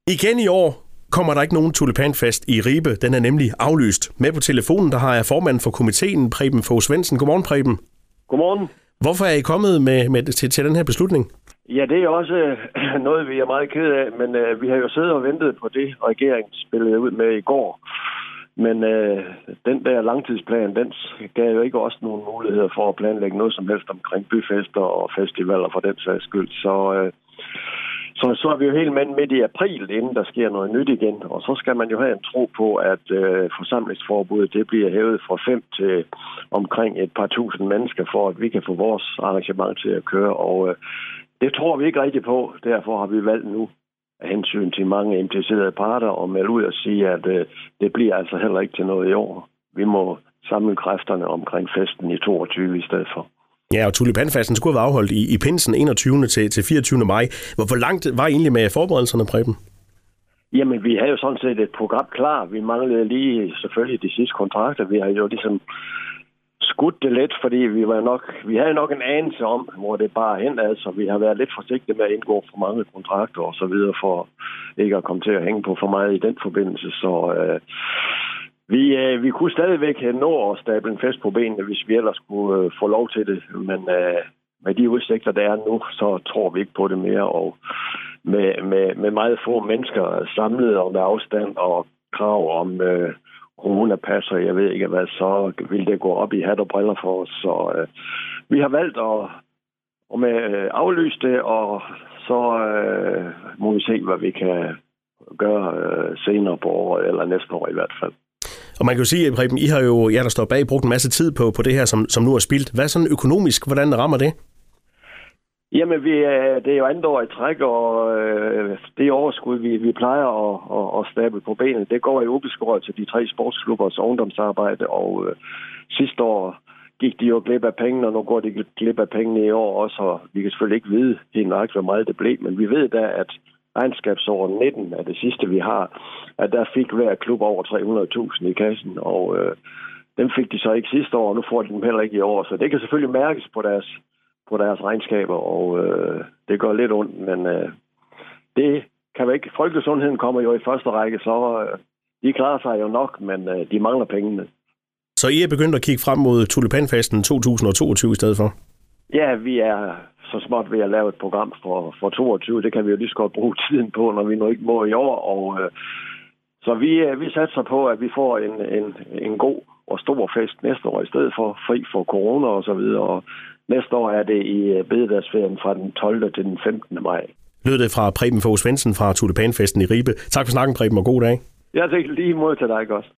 Igen i år kommer der ikke nogen tulipanfest i Ribe. Den er nemlig aflyst. Med på telefonen, der har jeg formanden for komiteen, Preben Fogh Svendsen. Godmorgen, Preben. Godmorgen. Hvorfor er I kommet til den her beslutning? Ja, det er også noget, vi er meget ked af, men vi har jo siddet og ventet på det, regeringen spillede ud med i går. Men den der langtidsplan, den gav jo ikke også nogen muligheder for at planlægge noget som helst omkring byfester og festivaler for den sags skyld. Så er vi jo helt midt i april, inden der sker noget nyt igen. Og så skal man jo have en tro på, at forsamlingsforbuddet det bliver hævet fra 5 til omkring et par tusind mennesker, for at vi kan få vores arrangement til at køre. Og det tror vi ikke rigtig på. Derfor har vi valgt nu af hensyn til mange implicerede parter og melde ud og sige, at det bliver altså heller ikke til noget i år. Vi må samle kræfterne omkring festen i 22 i stedet for. Ja, og tulipanfesten skulle have afholdt i pinsen 21. til 24. maj. Hvor langt var I egentlig med forberedelserne, Preben? Jamen, vi havde jo sådan set et program klar. Vi manglede lige selvfølgelig de sidste kontrakter. Vi har jo ligesom skudt det lidt, fordi vi havde nok en anelse om, hvor det bare hen ad, så vi har været lidt forsigtige med at indgå for mange kontrakter og så videre, for ikke at komme til at hænge på for meget i den forbindelse. Så vi kunne stadigvæk nå at stable en fest på benene, hvis vi ellers kunne få lov til det. Men med de udsigter, der er nu, så tror vi ikke på det mere. Og med meget få mennesker samlet og med afstand og krav om coronapasser, jeg ved ikke hvad, så vil det gå op i hat og briller for os. Så vi har valgt at aflyse det, og så må vi se, hvad vi kan gøre senere på året, eller næste år i hvert fald. Og man kan jo sige, Preben, I har jo, der står bag, brugt en masse tid på det her, som nu er spildt. Hvad er sådan økonomisk? Hvordan rammer det? Jamen, det er jo andet år i træk, og det overskud, vi plejer at stable på benet, det går jo ubeskåret til de 3 sportsklubbers ungdomsarbejde, og sidste år gik de jo glip af pengene, og nu går de glip af pengene i år også, og vi kan selvfølgelig ikke vide helt nøjagtigt, hvor meget det blev, men vi ved da, at regnskabsår 19 er det sidste, vi har, at der fik hver klub over 300.000 i kassen, og dem fik de så ikke sidste år, og nu får de dem heller ikke i år, så det kan selvfølgelig mærkes på deres regnskaber, og det gør lidt ondt, men det kan vi ikke. Folkesundheden kommer jo i første række, så de klarer sig jo nok, men de mangler pengene. Så I er begyndt at kigge frem mod tulipanfesten 2022 i stedet for? Ja, vi er så småt ved at lave et program for 22. Det kan vi jo lige så godt bruge tiden på, når vi nu ikke må i år. Og så vi satser på, at vi får en god og stor fest næste år, i stedet for fri for corona og så videre. Og næste år er det i bededagsferien fra den 12. til den 15. maj. Lød det fra Preben Fogh Svendsen fra tulipanfesten i Ribe. Tak for snakken, Preben, og god dag. Jeg tænker lige imod til dig også.